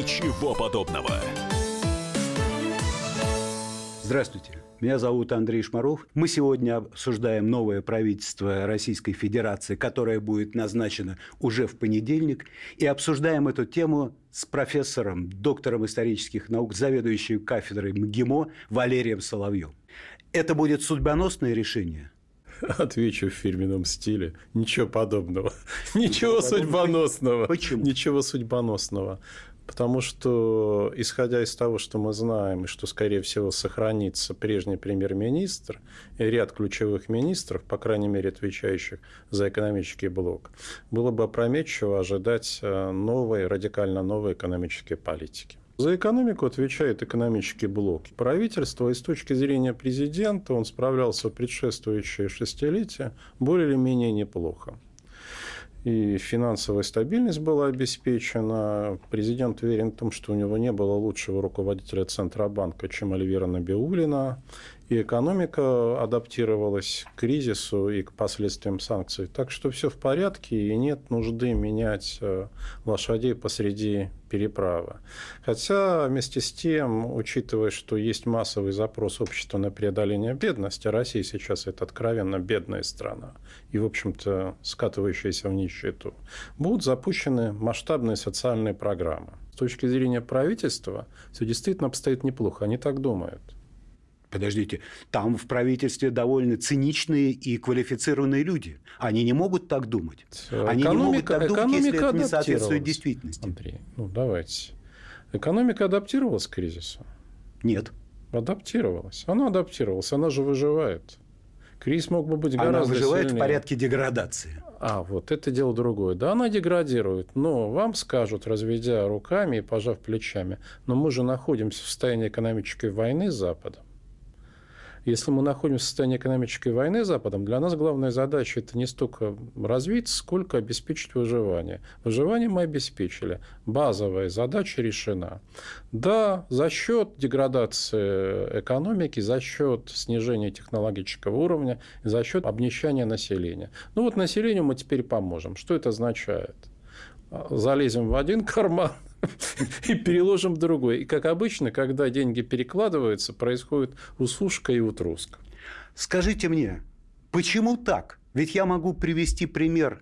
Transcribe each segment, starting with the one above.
Ничего подобного. Здравствуйте. Меня зовут Андрей Шмаров. Мы сегодня обсуждаем новое правительство Российской Федерации, которое будет назначено уже в понедельник. И обсуждаем эту тему с профессором, доктором исторических наук, заведующим кафедрой МГИМО Валерием Соловьевым. Это будет судьбоносное решение? Отвечу в фирменном стиле. Ничего подобного. Ничего судьбоносного. Почему? Ничего судьбоносного. Потому что, исходя из того, что мы знаем, и что, скорее всего, сохранится прежний премьер-министр и ряд ключевых министров, по крайней мере, отвечающих за экономический блок, было бы опрометчиво ожидать новой, радикально новой экономической политики. За экономику отвечает экономический блок. Правительство, и с точки зрения президента, он справлялся в предшествующие шестилетия более или менее неплохо. И финансовая стабильность была обеспечена. Президент уверен в том, что у него не было лучшего руководителя Центробанка, чем Эльвира Набиуллина. И экономика адаптировалась к кризису и к последствиям санкций. Так что все в порядке, и нет нужды менять лошадей посреди переправы. Хотя, вместе с тем, учитывая, что есть массовый запрос общества на преодоление бедности, Россия сейчас – это откровенно бедная страна и, в общем-то, скатывающаяся в нищету, будут запущены масштабные социальные программы. С точки зрения правительства все действительно обстоит неплохо, они так думают. Подождите, там в правительстве довольно циничные и квалифицированные люди. Они не могут так думать. Они не могут так думать, если это не соответствует действительности. Андрей, давайте. Экономика адаптировалась к кризису? Нет. Адаптировалась. Она адаптировалась, она же выживает. Кризис мог бы быть гораздо сильнее. Она выживает в порядке деградации. Вот это дело другое. Да, она деградирует, но вам скажут, разведя руками и пожав плечами, но мы же находимся в состоянии экономической войны с Западом. Если мы находимся в состоянии экономической войны с Западом, для нас главная задача – это не столько развиться, сколько обеспечить выживание. Выживание мы обеспечили. Базовая задача решена. Да, за счет деградации экономики, за счет снижения технологического уровня, за счет обнищания населения. Населению мы теперь поможем. Что это означает? Залезем в один карман и переложим в другой. И, как обычно, когда деньги перекладываются, происходит усушка и утруска. Скажите мне, почему так? Ведь я могу привести пример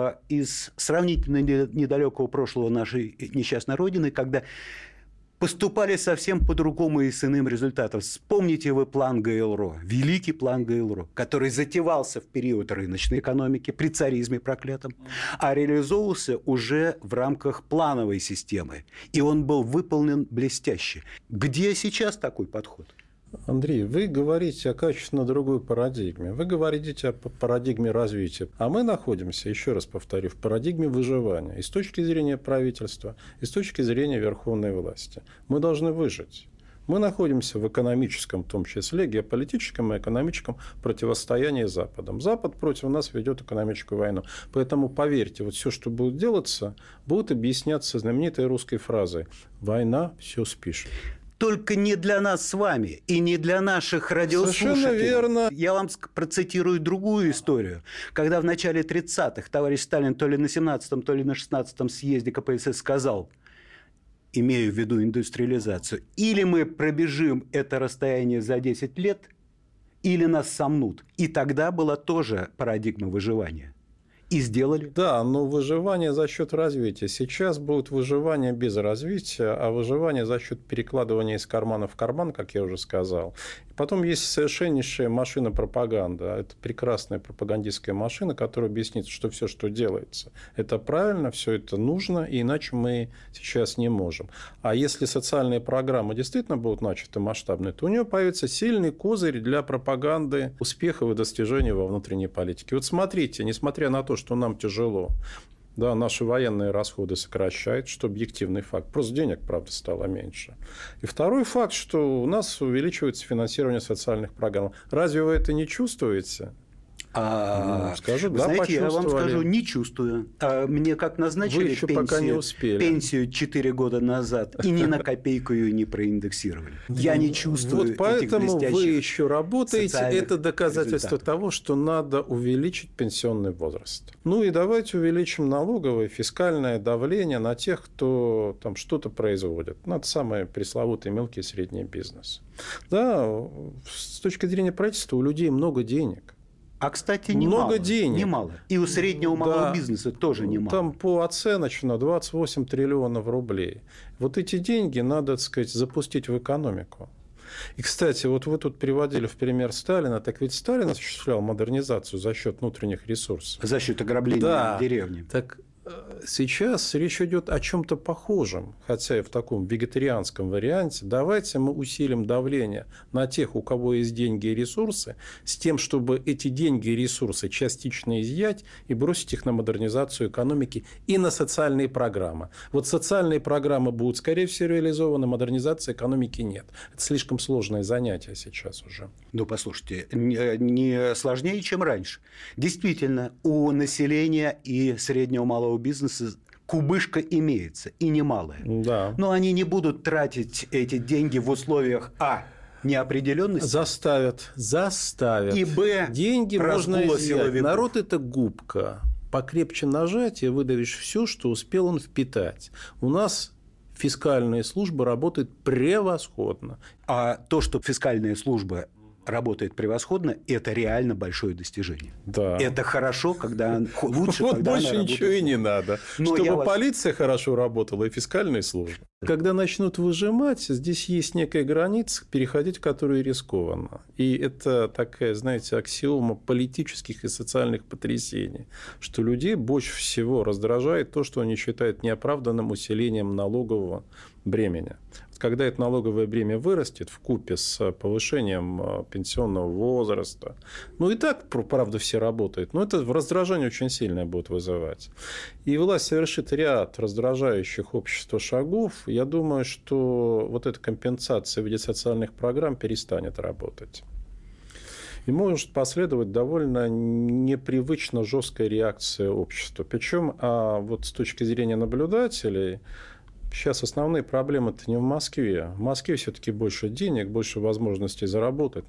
из сравнительно недалекого прошлого нашей несчастной Родины, когда поступали совсем по-другому и с иным результатом. Вспомните вы план ГЛРО, великий план ГЛРО, который затевался в период рыночной экономики, при царизме проклятом, а реализовывался уже в рамках плановой системы. И он был выполнен блестяще. Где сейчас такой подход? Андрей, вы говорите о качественно другой парадигме. Вы говорите о парадигме развития. А мы находимся, еще раз повторю, в парадигме выживания. И с точки зрения правительства, и с точки зрения верховной власти. Мы должны выжить. Мы находимся в экономическом, в том числе, геополитическом и экономическом противостоянии с Западом. Запад против нас ведет экономическую войну. Поэтому, поверьте, все, что будет делаться, будет объясняться знаменитой русской фразой «Война все спишет». Только не для нас с вами и не для наших радиослушателей. Совершенно верно. Я вам процитирую другую историю. Когда в начале 30-х товарищ Сталин то ли на 17-м, то ли на 16-м съезде КПСС сказал, имею в виду индустриализацию, или мы пробежим это расстояние за 10 лет, или нас сомнут. И тогда была тоже парадигма выживания. И сделали. Да, но выживание за счет развития. Сейчас будет выживание без развития, а выживание за счет перекладывания из кармана в карман, как я уже сказал. И потом есть совершеннейшая машина пропаганды. Это прекрасная пропагандистская машина, которая объяснит, что все, что делается, это правильно, все это нужно, и иначе мы сейчас не можем. А если социальные программы действительно будут начаты масштабные, то у нее появится сильный козырь для пропаганды успехов и достижений во внутренней политике. Вот смотрите, несмотря на то, что нам тяжело, да, наши военные расходы сокращают, что объективный факт. Просто денег, правда, стало меньше. И второй факт, что у нас увеличивается финансирование социальных программ. Разве вы это не чувствуете? Скажу, вы да, знаете, я вам почувствовали. скажу, не чувствую. Мне как назначили еще пока не успели. пенсию 4 года назад, и ни на копейку ее не проиндексировали. Я не чувствую Вот поэтому этих вы еще работаете. Это доказательство результатов. того, что надо увеличить пенсионный возраст. Ну и давайте увеличим налоговое, фискальное давление на тех, кто там что-то производит. На самый пресловутый мелкий и средний бизнес. Да, с точки зрения правительства у людей много денег. А, кстати, много денег. Немало. И у среднего малого бизнеса тоже немало. Там по оценочно 28 триллионов рублей. Вот эти деньги надо, так сказать, запустить в экономику. И, кстати, вот вы тут приводили в пример Сталина. Так ведь Сталин осуществлял модернизацию за счет внутренних ресурсов. За счет ограбления деревни. Так сейчас речь идет о чем-то похожем, хотя и в таком вегетарианском варианте. Давайте мы усилим давление на тех, у кого есть деньги и ресурсы, с тем, чтобы эти деньги и ресурсы частично изъять и бросить их на модернизацию экономики и на социальные программы. Вот социальные программы будут, скорее всего, реализованы, модернизации экономики нет. Это слишком сложное занятие сейчас уже. Ну, послушайте, не сложнее, чем раньше. Действительно, у населения и среднего малого бизнеса кубышка имеется, и немалая. Да. Но они не будут тратить эти деньги в условиях неопределенности. Заставят. И деньги можно изъять. силовиков. Народ – это губка. Покрепче нажать, и выдавишь все, что успел он впитать. У нас фискальная служба работает превосходно. А то, что фискальная служба работает превосходно, это реально большое достижение. Да. Это хорошо, когда лучше, вот когда больше она ничего и не надо. Чтобы полиция хорошо работала и фискальная служба. Когда начнут выжимать, здесь есть некая граница, переходить в которую рискованно. И это такая, знаете, аксиома политических и социальных потрясений, что людей больше всего раздражает то, что они считают неоправданным усилением налогового бремени. Когда это налоговое бремя вырастет вкупе с повышением пенсионного возраста, ну и так, правда, все работают, но это раздражение очень сильное будет вызывать. И власть совершит ряд раздражающих общество шагов. Я думаю, что вот эта компенсация в виде социальных программ перестанет работать. И может последовать довольно непривычно жесткая реакция общества. Причем вот с точки зрения наблюдателей, сейчас основные проблемы-то не в Москве. В Москве все-таки больше денег, больше возможностей заработать.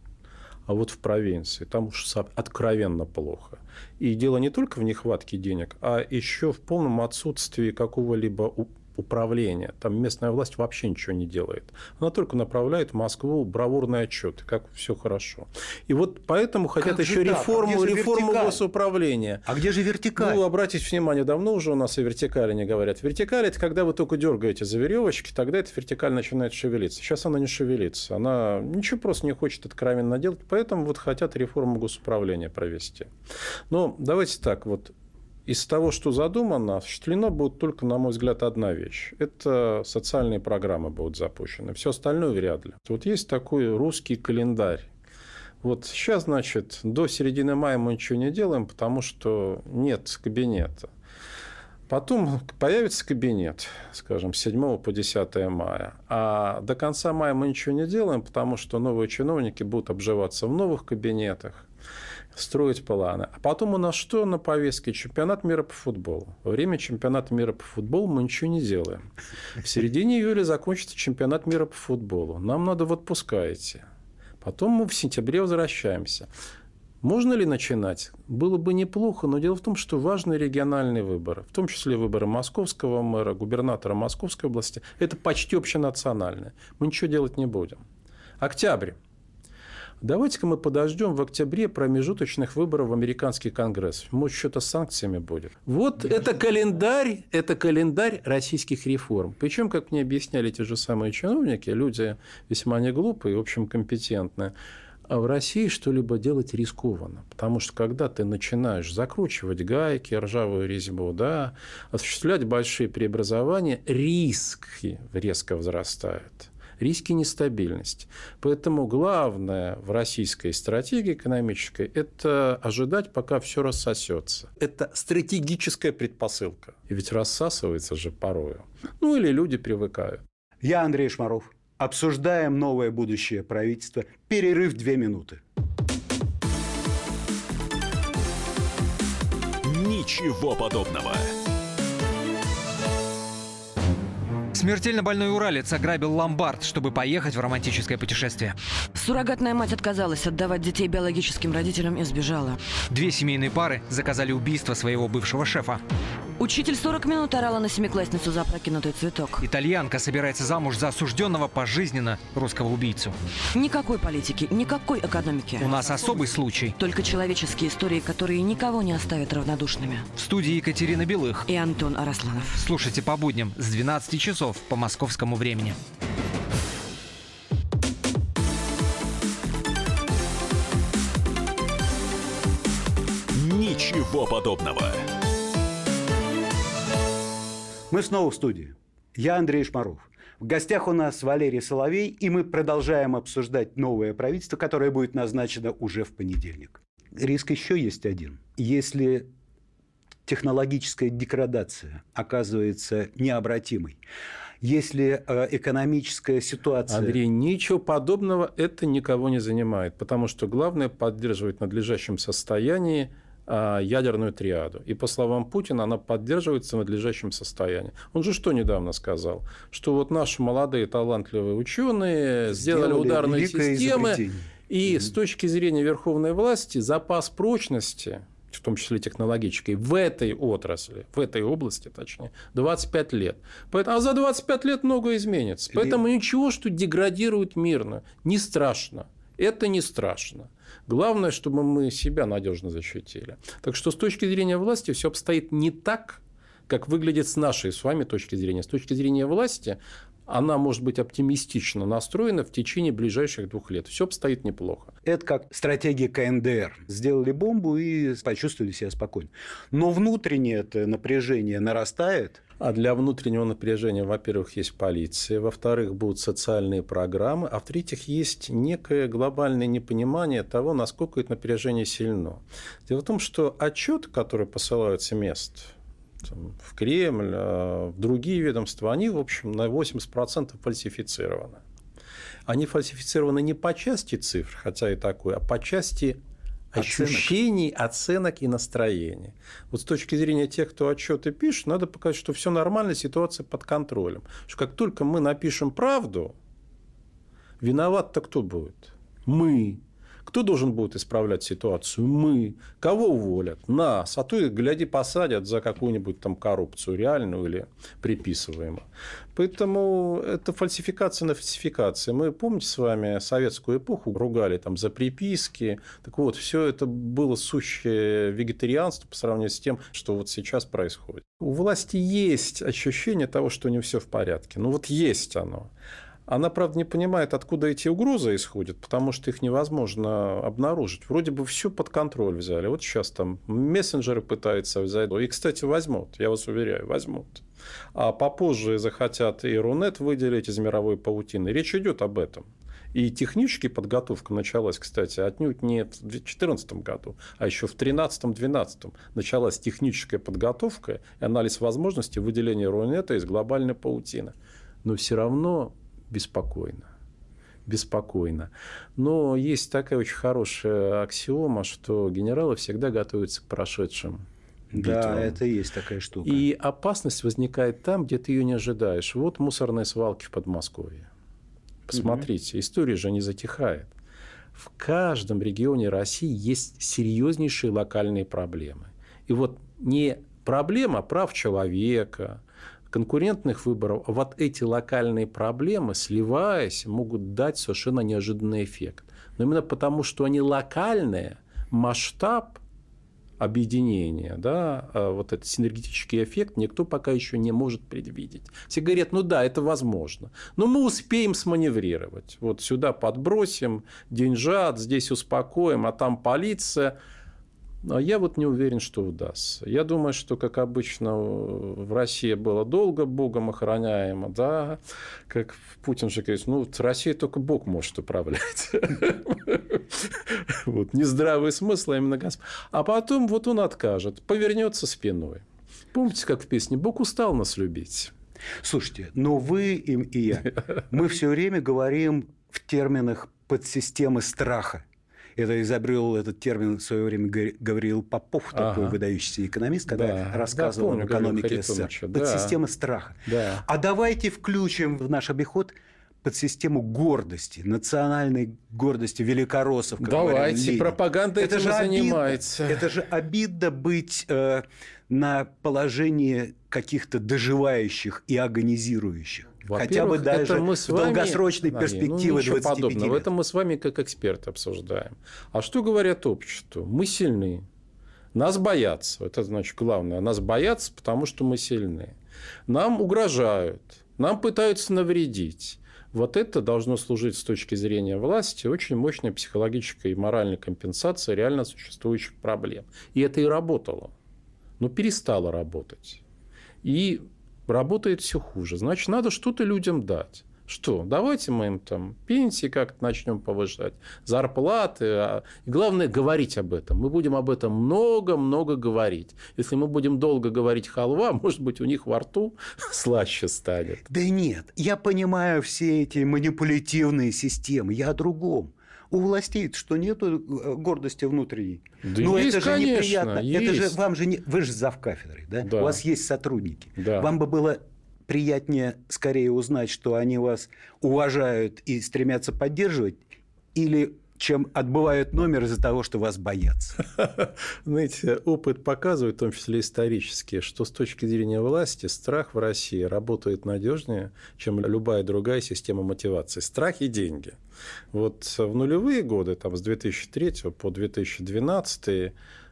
А вот в провинции там уж откровенно плохо. И дело не только в нехватке денег, а еще в полном отсутствии какого-либо управления. Там местная власть вообще ничего не делает. Она только направляет в Москву бравурные отчеты, как все хорошо. И вот поэтому хотят еще реформу госуправления. А где же вертикаль? Ну, обратите внимание, давно уже у нас о вертикали не говорят. Вертикаль – это когда вы только дергаете за веревочки, тогда эта вертикаль начинает шевелиться. Сейчас она не шевелится. Она ничего просто не хочет откровенно делать, поэтому вот хотят реформу госуправления провести. Но давайте так вот. Из того, что задумано, осуществлена будет только, на мой взгляд, одна вещь. Это социальные программы будут запущены. Все остальное вряд ли. Вот есть такой русский календарь. Вот сейчас, значит, до середины мая мы ничего не делаем, потому что нет кабинета. Потом появится кабинет, скажем, с 7 по 10 мая. А до конца мая мы ничего не делаем, потому что новые чиновники будут обживаться в новых кабинетах, строить планы. А потом у нас что на повестке? Чемпионат мира по футболу. Во время чемпионата мира по футболу мы ничего не делаем. В середине июля закончится чемпионат мира по футболу. Нам надо в отпуска идти. Потом мы в сентябре возвращаемся. Можно ли начинать? Было бы неплохо, но дело в том, что важны региональные выборы, в том числе выборы московского мэра, губернатора Московской области. Это почти общенациональное. Мы ничего делать не будем. Октябрь. Давайте-ка мы подождем в октябре промежуточных выборов в американский конгресс. Может, что-то с санкциями будет. Вот это календарь российских реформ. Причем, как мне объясняли те же самые чиновники, люди весьма не глупые и, в общем, компетентные, а в России что-либо делать рискованно. Потому что, когда ты начинаешь закручивать гайки, ржавую резьбу, осуществлять большие преобразования, риски резко возрастают. Риски нестабильности. Поэтому главное в российской стратегии экономической – это ожидать, пока все рассосется. Это стратегическая предпосылка. И ведь рассасывается же порою. Или люди привыкают. Я Андрей Шмаров. Обсуждаем новое будущее правительства. Перерыв 2 минуты. Ничего подобного. Смертельно больной уралец ограбил ломбард, чтобы поехать в романтическое путешествие. Суррогатная мать отказалась отдавать детей биологическим родителям и сбежала. Две семейные пары заказали убийство своего бывшего шефа. Учитель 40 минут орала на семиклассницу за опрокинутый цветок. Итальянка собирается замуж за осужденного пожизненно русского убийцу. Никакой политики, никакой экономики. У нас особый случай. Только человеческие истории, которые никого не оставят равнодушными. В студии Екатерина Белых и Антон Арасланов. Слушайте по будням с 12 часов по московскому времени. Ничего подобного. Мы снова в студии. Я Андрей Шмаров. В гостях у нас Валерий Соловей, и мы продолжаем обсуждать новое правительство, которое будет назначено уже в понедельник. Риск еще есть один. Если технологическая деградация оказывается необратимой, если экономическая ситуация... Андрей, ничего подобного это никого не занимает, потому что главное поддерживать в надлежащем состоянии ядерную триаду. И по словам Путина, она поддерживается в надлежащем состоянии. Он же что недавно сказал? Что вот наши молодые талантливые ученые сделали ударные системы, и с точки зрения верховной власти запас прочности, в том числе технологической, в этой отрасли, в этой области, точнее, 25 лет. А за 25 лет многое изменится. Поэтому ничего, что деградирует мирно, не страшно. Это не страшно. Главное, чтобы мы себя надежно защитили. Так что с точки зрения власти все обстоит не так, как выглядит с нашей с вами точки зрения. С точки зрения власти она может быть оптимистично настроена в течение ближайших 2 лет. Все обстоит неплохо. Это как стратегия КНДР. Сделали бомбу и почувствовали себя спокойно. Но внутреннее это напряжение нарастает. А для внутреннего напряжения, во-первых, есть полиция, во-вторых, будут социальные программы, а в-третьих, есть некое глобальное непонимание того, насколько это напряжение сильно. Дело в том, что отчеты, которые посылаются мест в Кремль, в другие ведомства, они, в общем, на 80% фальсифицированы. Они фальсифицированы не по части цифр, хотя и такое, а по части ощущений, оценок и настроений. Вот с точки зрения тех, кто отчеты пишет, надо показать, что все нормально, ситуация под контролем. Что как только мы напишем правду, виноват-то кто будет? Мы. Кто должен будет исправлять ситуацию? Мы. Кого уволят? Нас. А то и, гляди, посадят за какую-нибудь там коррупцию реальную или приписываемую. Поэтому это фальсификация на фальсификации. Мы, помните, с вами советскую эпоху ругали там за приписки. Так вот, все это было сущее вегетарианство по сравнению с тем, что вот сейчас происходит. У власти есть ощущение того, что не все в порядке. Ну вот есть оно. Она, правда, не понимает, откуда эти угрозы исходят, потому что их невозможно обнаружить. Вроде бы все под контроль взяли. Вот сейчас там мессенджеры пытаются взять. И, кстати, возьмут, я вас уверяю, возьмут. А попозже захотят и Рунет выделить из мировой паутины. Речь идет об этом. И технически подготовка началась, кстати, отнюдь не в 2014 году, а еще в 2013-2012 началась техническая подготовка и анализ возможностей выделения Рунета из глобальной паутины. Но все равно беспокойно. Беспокойно. Но есть такая очень хорошая аксиома, что генералы всегда готовятся к прошедшим битвам. Да, это и есть такая штука. И опасность возникает там, где ты ее не ожидаешь. Вот мусорные свалки в Подмосковье. Посмотрите, история же не затихает. В каждом регионе России есть серьезнейшие локальные проблемы. И вот не проблема прав человека, конкурентных выборов, вот эти локальные проблемы, сливаясь, могут дать совершенно неожиданный эффект. Но именно потому, что они локальные, масштаб объединения, да, вот этот синергетический эффект никто пока еще не может предвидеть. Все говорят, ну да, это возможно. Но мы успеем сманеврировать. Вот сюда подбросим деньжат, здесь успокоим, а там полиция. А я вот не уверен, что удастся. Я думаю, что, как обычно, в России было долго Богом охраняемо, да, как Путин же говорит, ну, Россия только Бог может управлять. Вот, не здравый смысл, а именно Господь. А потом вот он откажет, повернется спиной. Помните, как в песне «Бог устал нас любить». Слушайте, но вы и я, мы все время говорим в терминах подсистемы страха. Это изобрел этот термин в свое время Гавриил Попов, такой Ага. выдающийся экономист, когда Да. рассказывал Да, помню об экономике Гаврила СССР. Харитоновича. Да. Подсистема страха. Да. А давайте включим в наш обиход подсистему гордости, национальной гордости великороссов. Как говорил Давайте, Ленин. пропаганда этим и занимается. Это же обидно быть на положении каких-то доживающих и агонизирующих. Хотя бы Во-первых, даже это мы в с вами, долгосрочной Мария, перспективе ничего 25 подобного. лет. Это мы с вами как эксперты обсуждаем. А что говорят обществу? Мы сильны. Нас боятся. Это значит главное. Нас боятся, потому что мы сильны. Нам угрожают. Нам пытаются навредить. Вот это должно служить с точки зрения власти очень мощной психологической и моральной компенсацией реально существующих проблем. И это и работало. Но перестало работать. И работает все хуже. Значит, надо что-то людям дать. Что? Давайте мы им там пенсии как-то начнем повышать, зарплаты. И главное, говорить об этом. Мы будем об этом много-много говорить. Если мы будем долго говорить халва, может быть, у них во рту слаще станет. Да нет, я понимаю все эти манипулятивные системы. Я о другом. У властей что нету гордости внутренней? Да Но есть, это же конечно, неприятно. Это же есть. вам же не... Вы же завкафедрой, да? Да. У вас есть сотрудники. Да. Вам бы было приятнее скорее узнать, что они вас уважают и стремятся поддерживать, или чем отбывают номер из-за того, что вас боятся. Знаете, опыт показывает, в том числе исторически, что с точки зрения власти страх в России работает надежнее, чем любая другая система мотивации. Страх и деньги. Вот в нулевые годы, там, с 2003 по 2012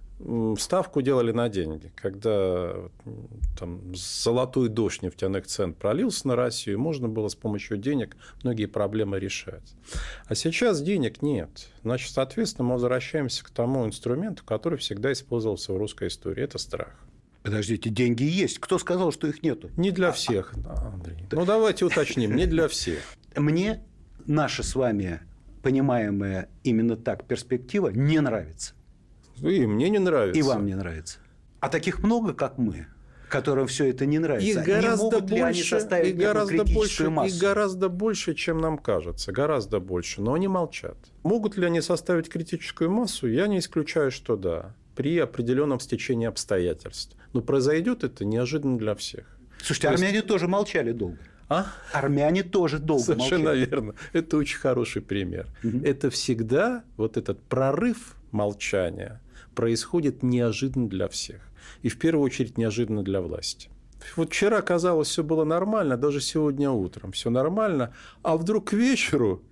ставку делали на деньги. Когда там, золотой дождь нефтяных цен пролился на Россию, можно было с помощью денег многие проблемы решать. А сейчас денег нет. Значит, соответственно, мы возвращаемся к тому инструменту, который всегда использовался в русской истории. Это страх. Подождите, деньги есть. Кто сказал, что их нету? Не для всех, Андрей. Ну, давайте уточним. Не для всех. Мне наша с вами понимаемая именно так перспектива не нравится. И мне не нравится. И вам не нравится. А таких много, как мы, которым все это не нравится. Их гораздо не могут ли они больше, составить их гораздо критическую больше, массу? их гораздо больше, чем нам кажется. Гораздо больше. Но они молчат. Могут ли они составить критическую массу? Я не исключаю, что да. При определенном стечении обстоятельств. Но произойдет это неожиданно для всех. Слушайте, То есть- армяне тоже молчали долго. А? Армяне тоже долго Совершенно молчали. верно. Это очень хороший пример. Мгм. Это всегда вот этот прорыв молчания происходит неожиданно для всех. И в первую очередь неожиданно для власти. Вот вчера, казалось, все было нормально, даже сегодня утром все нормально, а вдруг к вечеру,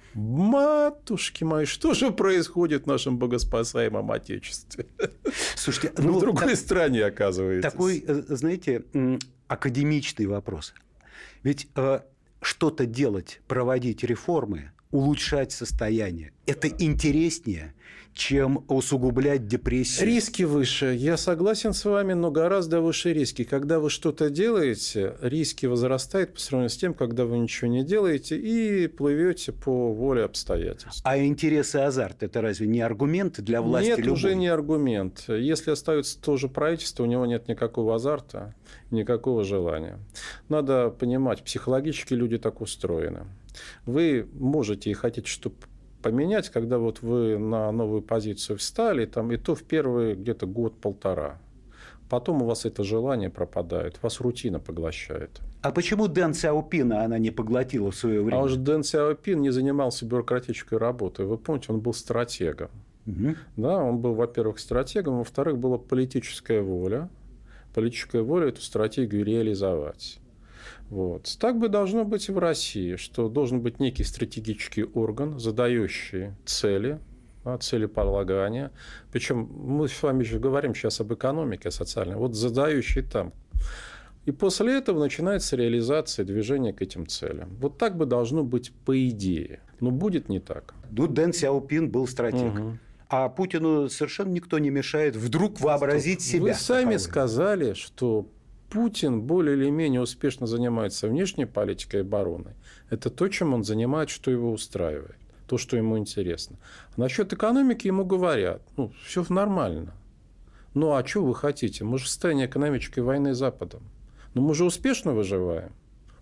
матушки мои, что же происходит в нашем богоспасаемом Отечестве? Слушайте, В другой стране, оказывается. такой, знаете, академичный вопрос. Ведь что-то делать, проводить реформы, улучшать состояние – это интереснее, чем усугублять депрессию. Риски выше. Я согласен с вами, но гораздо выше риски. Когда вы что-то делаете, риски возрастают по сравнению с тем, когда вы ничего не делаете и плывете по воле обстоятельств. А интерес и азарт – это разве не аргумент для власти Нет, любой? уже не аргумент. Если остается то же правительство, у него нет никакого азарта, никакого желания. Надо понимать, психологически люди так устроены. Вы можете и хотите что-то поменять, когда вот вы на новую позицию встали, там, и то в первый где-то год-полтора. Потом у вас это желание пропадает, вас рутина поглощает. А почему Дэн Сяопина она не поглотила в свое время? А уж Дэн Сяопин не занимался бюрократической работой. Вы помните, он был стратегом. Мгм. Да, он был, во-первых, стратегом, во-вторых, была политическая воля. Политическая воля эту стратегию реализовать. Вот. Так бы должно быть и в России, что должен быть некий стратегический орган, задающий цели, целеполагания. Причем мы с вами еще говорим сейчас об экономике социальной. Вот задающий там. И после этого начинается реализация движения к этим целям. Вот так бы должно быть по идее. Но будет не так. Ну, Дэн Сяопин был стратег. Угу. А Путину совершенно никто не мешает вдруг вообразить себя. Вы сами таковым. сказали, что Путин более или менее успешно занимается внешней политикой и обороной. Это то, чем он занимается, что его устраивает, то, что ему интересно. А насчет экономики ему говорят, все нормально. Ну, а что вы хотите? Мы же в состоянии экономической войны с Западом. Но мы же успешно выживаем.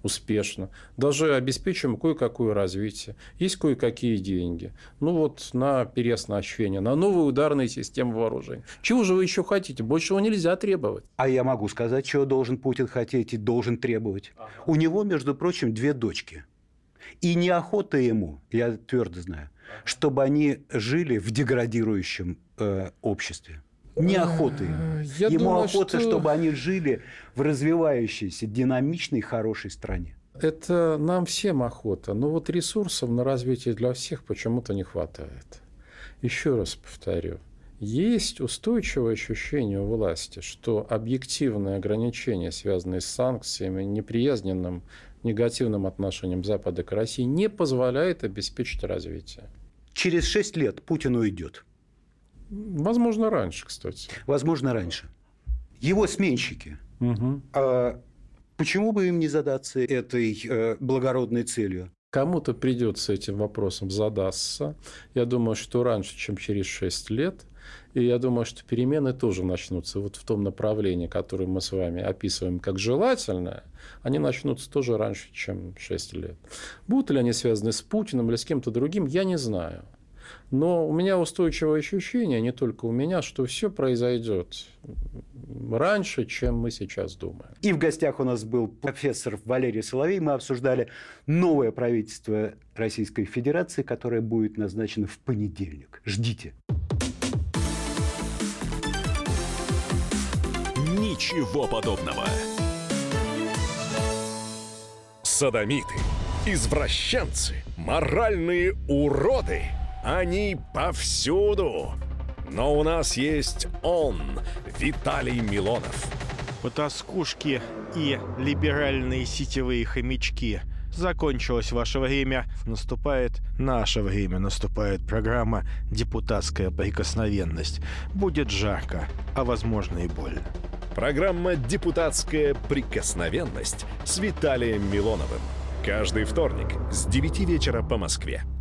успешно. Даже обеспечиваем кое-какое развитие. Есть кое-какие деньги. Ну вот на переоснащение, на новые ударные системы вооружений. Чего же вы еще хотите? Большего нельзя требовать. А я могу сказать, чего должен Путин хотеть и должен требовать. У него, между прочим, 2 дочки. И неохота ему, я твердо знаю, чтобы они жили в деградирующем обществе. Неохота ему. Ему думаю, охота, что... чтобы они жили в развивающейся, динамичной, хорошей стране. Это нам всем охота. Но вот ресурсов на развитие для всех почему-то не хватает. Еще раз повторю. Есть устойчивое ощущение у власти, что объективные ограничения, связанные с санкциями, неприязненным, негативным отношением Запада к России, не позволяет обеспечить развитие. Через 6 лет Путин уйдет. Возможно, раньше, кстати. Возможно, раньше. Его сменщики. Угу. Почему бы им не задаться этой благородной целью? Кому-то придется этим вопросом задаться. Я думаю, что раньше, чем через 6 лет. И я думаю, что перемены тоже начнутся вот в том направлении, которое мы с вами описываем как желательное. Они начнутся тоже раньше, чем 6 лет. Будут ли они связаны с Путиным или с кем-то другим, я не знаю. Но у меня устойчивое ощущение, не только у меня, что все произойдет раньше, чем мы сейчас думаем. И в гостях у нас был профессор Валерий Соловей. Мы обсуждали новое правительство Российской Федерации, которое будет назначено в понедельник. Ждите. Ничего подобного. Содомиты, извращенцы, моральные уроды. Они повсюду. Но у нас есть он, Виталий Милонов. Потаскушки и либеральные сетевые хомячки. Закончилось ваше время, наступает наше время, наступает программа «Депутатская прикосновенность». Будет жарко, а возможно и больно. Программа «Депутатская прикосновенность» с Виталием Милоновым. Каждый вторник с 9 вечера по Москве.